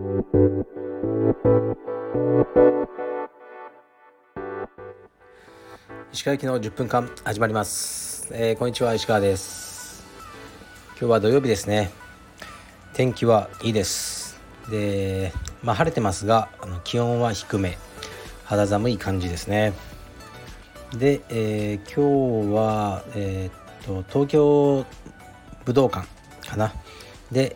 石川行きの10分間始まります。こんにちは、石川です。今日は土曜日ですね。天気はいいです。で、晴れてますが気温は低め、肌寒い感じですね。で、今日は、東京武道館かなで、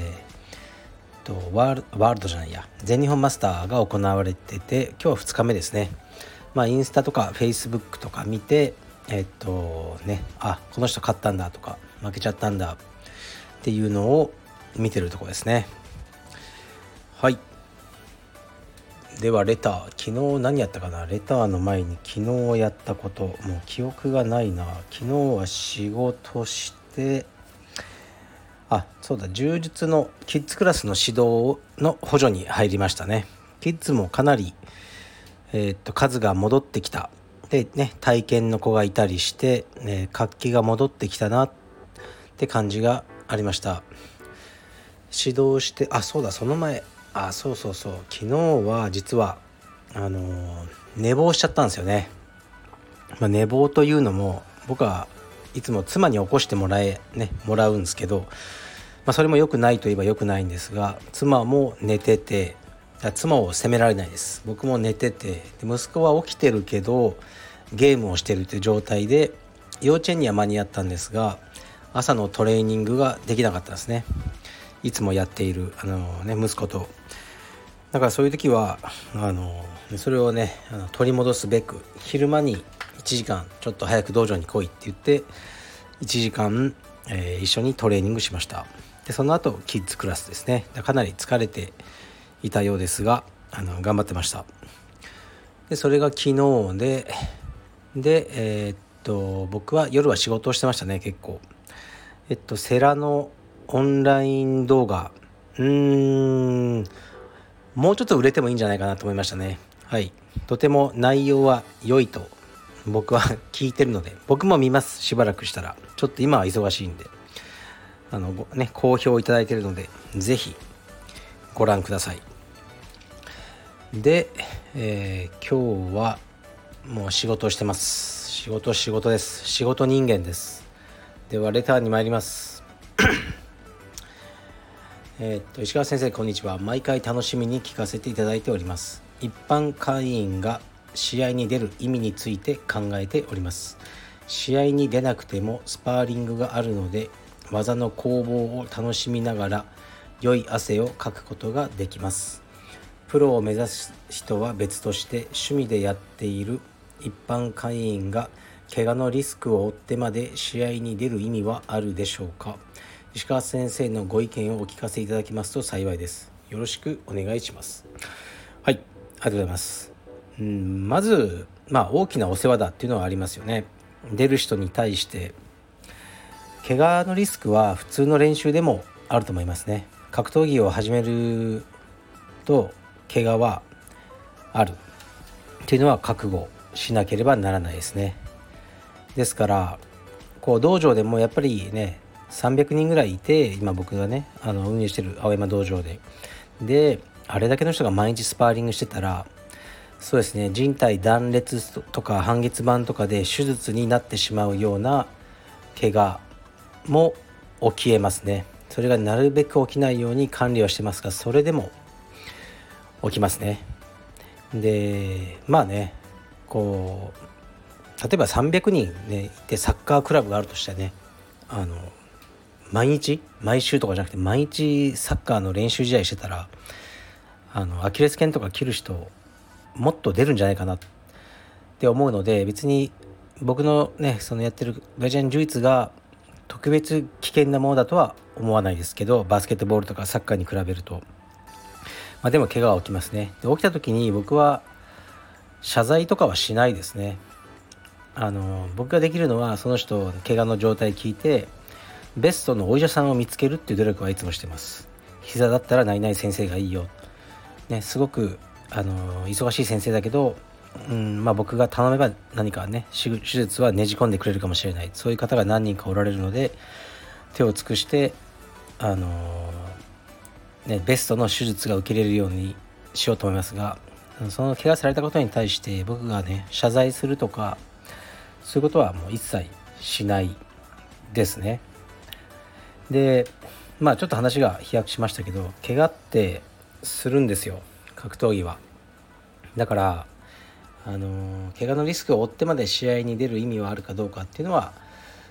ワールドじゃないや全日本マスターが行われてて、今日は2日目ですね。インスタとかフェイスブックとか見てこの人勝ったんだとか負けちゃったんだっていうのを見てるところですね。はい。ではレター、昨日何やったかな。レターの前に昨日やったこと、もう記憶がないな。昨日は仕事して、そうだ、柔術のキッズクラスの指導の補助に入りましたね。キッズもかなり数が戻ってきた。でね、体験の子がいたりして、活気が戻ってきたなって感じがありました。指導して、そうだ、その前、そう昨日は実は寝坊しちゃったんですよね。寝坊というのも、僕はいつも妻に起こしてもらうんですけど、それも良くないといえば良くないんですが、妻も寝てて、妻を責められないです。僕も寝てて、息子は起きてるけどゲームをしてるという状態で、幼稚園には間に合ったんですが、朝のトレーニングができなかったですね。いつもやっている息子と。だからそういう時はそれをね取り戻すべく、昼間に1時間ちょっと早く道場に来いって言って1時間、一緒にトレーニングしました。でその後キッズクラスですね。かなり疲れていたようですが頑張ってました。でそれが昨日で僕は夜は仕事をしてましたね。結構セラのオンライン動画もうちょっと売れてもいいんじゃないかなと思いましたね。はい、とても内容は良いと僕は聞いてるので、僕も見ます。しばらくしたら。ちょっと今は忙しいんで好評いただいているので、ぜひご覧ください。で、今日はもう仕事をしてます。仕事です。仕事人間です。ではレターに参ります。石川先生、こんにちは。毎回楽しみに聞かせていただいております。一般会員が試合に出る意味について考えております。試合に出なくてもスパーリングがあるので、技の攻防を楽しみながら良い汗をかくことができます。プロを目指す人は別として、趣味でやっている一般会員が怪我のリスクを負ってまで試合に出る意味はあるでしょうか。石川先生のご意見をお聞かせいただきますと幸いです。よろしくお願いします。はい、ありがとうございます。まず、大きなお世話だっていうのはありますよね。出る人に対して怪我のリスクは普通の練習でもあると思いますね。格闘技を始めると怪我はあるっていうのは覚悟しなければならないですね。ですから道場でもやっぱりね、300人ぐらいいて、今僕がね運営してる青山道場であれだけの人が毎日スパーリングしてたら、そうですね、人体断裂とか半月板とかで手術になってしまうような怪我も起きえますね。それがなるべく起きないように管理はしてますが、それでも起きますね。で例えば300人ねいて、サッカークラブがあるとしてね、毎週とかじゃなくて毎日サッカーの練習試合してたら、アキレス腱とか切る人もっと出るんじゃないかなって思うので、別に僕のねそのやってるガジアン柔術が特別危険なものだとは思わないですけど、バスケットボールとかサッカーに比べるとでも怪我は起きますね。で起きた時に僕は謝罪とかはしないですね。僕ができるのは、その人怪我の状態聞いてベストのお医者さんを見つけるっていう努力はいつもしてます。膝だったら何々先生がいいよ、すごく忙しい先生だけど、僕が頼めば何かね手術はねじ込んでくれるかもしれない、そういう方が何人かおられるので、手を尽くしてベストの手術が受けれるようにしようと思いますが、その怪我されたことに対して僕がね謝罪するとかそういうことはもう一切しないですね。でちょっと話が飛躍しましたけど、怪我ってするんですよ、格闘技は。だから怪我のリスクを負ってまで試合に出る意味はあるかどうかっていうのは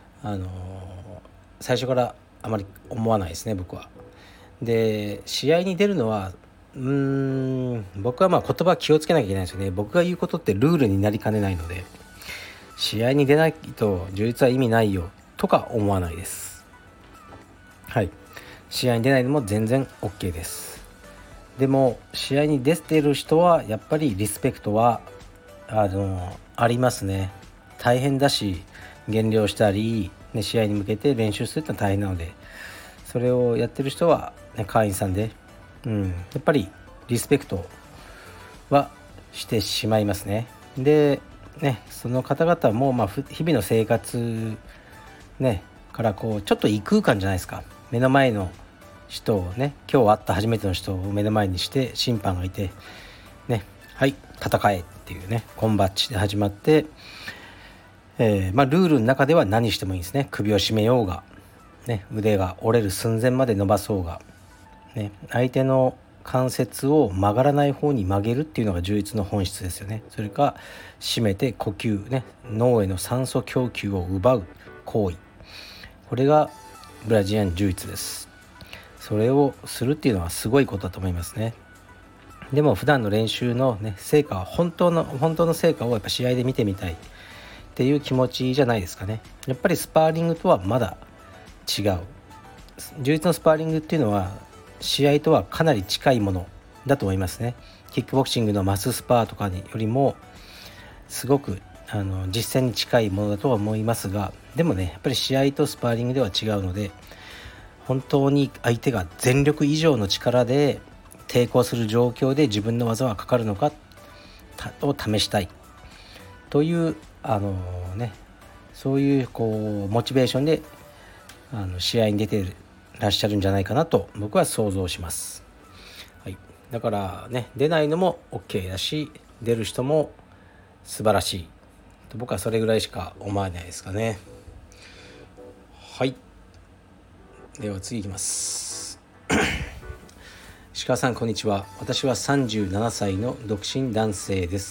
最初からあまり思わないですね、僕は。で試合に出るのは僕は言葉気をつけなきゃいけないですよね。僕が言うことってルールになりかねないので、試合に出ないと充実は意味ないよとか思わないです。はい、試合に出ないのも全然 OK です。でも試合に出てる人はやっぱりリスペクトはありますね。大変だし、減量したり、試合に向けて練習するってのは大変なので、それをやってる人は、会員さんで、やっぱりリスペクトはしてしまいますね。でその方々も日々の生活からちょっと異空間じゃないですか。目の前の人を今日会った初めての人を目の前にして審判がいてはい戦えっていうコンバッチで始まって、ルールの中では何してもいいんですね。首を絞めようが、腕が折れる寸前まで伸ばそうが、相手の関節を曲がらない方に曲げるっていうのが柔術の本質ですよね。それか締めて呼吸脳への酸素供給を奪う行為、これがブラジリアン柔術です。それをするっていうのはすごいことだと思いますね。でも普段の練習の成果は本当の成果をやっぱ試合で見てみたいっていう気持ちじゃないですかね。やっぱりスパーリングとはまだ違う。柔術のスパーリングっていうのは試合とはかなり近いものだと思いますね。キックボクシングのマススパーとかよりもすごく実践に近いものだとは思いますが、でもやっぱり試合とスパーリングでは違うので、本当に相手が全力以上の力で抵抗する状況で自分の技はかかるのかを試したいというそういうモチベーションで試合に出てらっしゃるんじゃないかなと僕は想像します。はい、だから出ないのも OK だし、出る人も素晴らしいと僕はそれぐらいしか思わないですかね。はい、では次いきます鹿さんこんにちは。私は37歳の独身男性です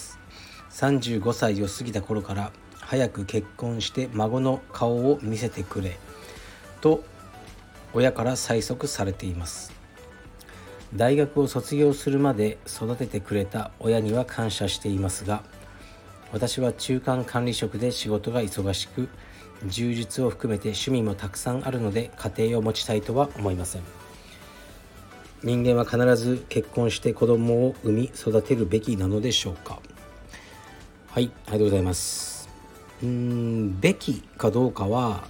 。35歳を過ぎた頃から早く結婚して孫の顔を見せてくれと親から催促されています。大学を卒業するまで育ててくれた親には感謝していますが、私は中間管理職で仕事が忙しく、充実を含めて趣味もたくさんあるので家庭を持ちたいとは思いません。人間は必ず結婚して子供を産み育てるべきなのでしょうか。はい、ありがとうございます。べきかどうかは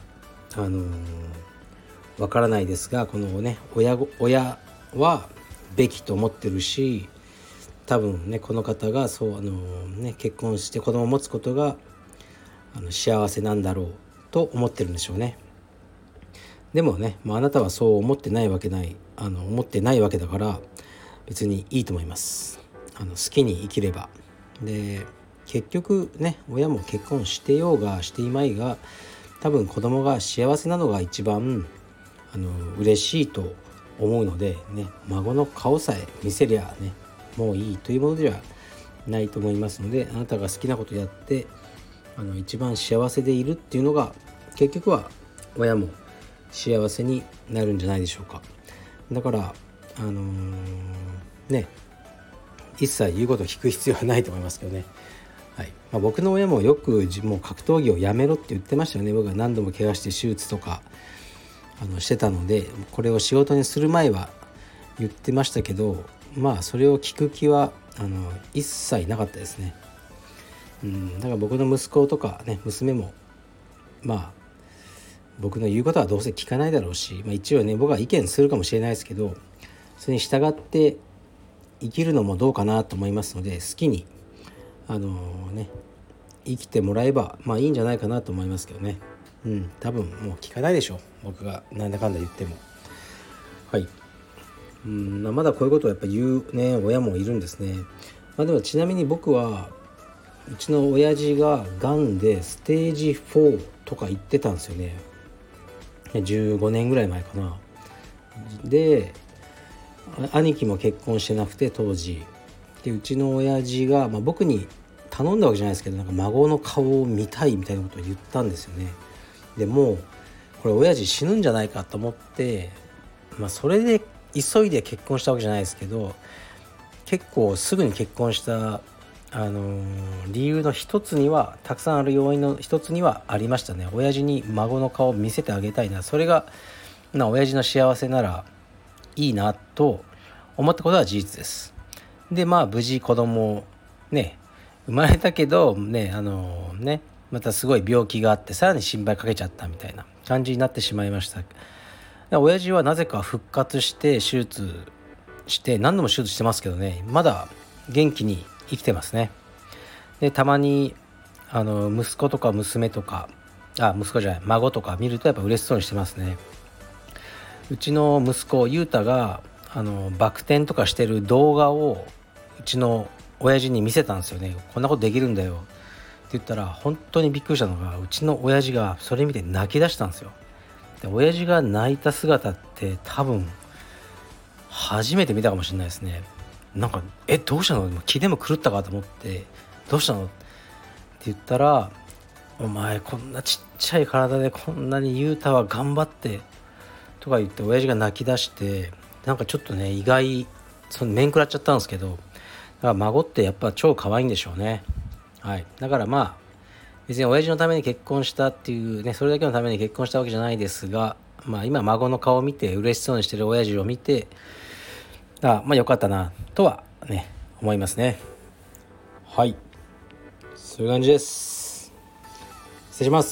わからないですが、この親はべきと思ってるし、多分この方がそう結婚して子供を持つことが幸せなんだろうと思ってるんでしょうね。でもあなたはそう思ってないわけだから別にいいと思います。好きに生きれば。で結局親も結婚してようがしていまいが、多分子供が幸せなのが一番嬉しいと思うので孫の顔さえ見せりゃもういいというものではないと思いますので、あなたが好きなことやって一番幸せでいるっていうのが結局は親も幸せになるんじゃないでしょうか。だから一切言うことを聞く必要はないと思いますけどね。はい、僕の親もよくもう格闘技をやめろって言ってましたよね。僕は何度も怪我して手術とかしてたので、これを仕事にする前は言ってましたけど、それを聞く気は一切なかったですね。だから僕の息子とか娘も僕の言うことはどうせ聞かないだろうし、一応僕は意見するかもしれないですけど、それに従って生きるのもどうかなと思いますので、好きに生きてもらえばいいんじゃないかなと思いますけどね。多分もう聞かないでしょう、僕がなんだかんだ言っても。はい、 まだこういうことをやっぱ言うね親もいるんですね。でもちなみに僕はうちの親父ががんでステージ4とか言ってたんですよね。15年ぐらい前かな。で兄貴も結婚してなくて当時で、うちの親父が、僕に頼んだわけじゃないですけど、なんか孫の顔を見たいみたいなことを言ったんですよね。でもうこれ親父死ぬんじゃないかと思って、それで急いで結婚したわけじゃないですけど、結構すぐに結婚した理由の一つには、たくさんある要因の一つにはありましたね。親父に孫の顔を見せてあげたいな、それが親父の幸せならいいなと思ったことは事実です。で無事子供ね生まれたけどね、またすごい病気があってさらに心配かけちゃったみたいな感じになってしまいました。親父はなぜか復活して手術して何度も手術してますけどね、まだ元気に生きてますね。でたまに息子とか娘とか息子じゃない孫とか見るとやっぱ嬉しそうにしてますね。うちの息子ゆうたがバク転とかしてる動画をうちの親父に見せたんですよね。こんなことできるんだよって言ったら、本当にびっくりしたのが、うちの親父がそれ見て泣き出したんですよ。で親父が泣いた姿って多分初めて見たかもしれないですね。なんかどうしたの、気でも狂ったかと思って、どうしたのって言ったら、お前こんなちっちゃい体でこんなにゆうたは頑張ってとか言って親父が泣き出して、なんかちょっとね意外、面食らっちゃったんですけど、だから孫ってやっぱ超可愛いんでしょうね。はい、だから別に親父のために結婚したっていうね、それだけのために結婚したわけじゃないですが、今孫の顔を見て嬉しそうにしてる親父を見て、良かったなとはね思いますね。はい、そういう感じです。失礼します。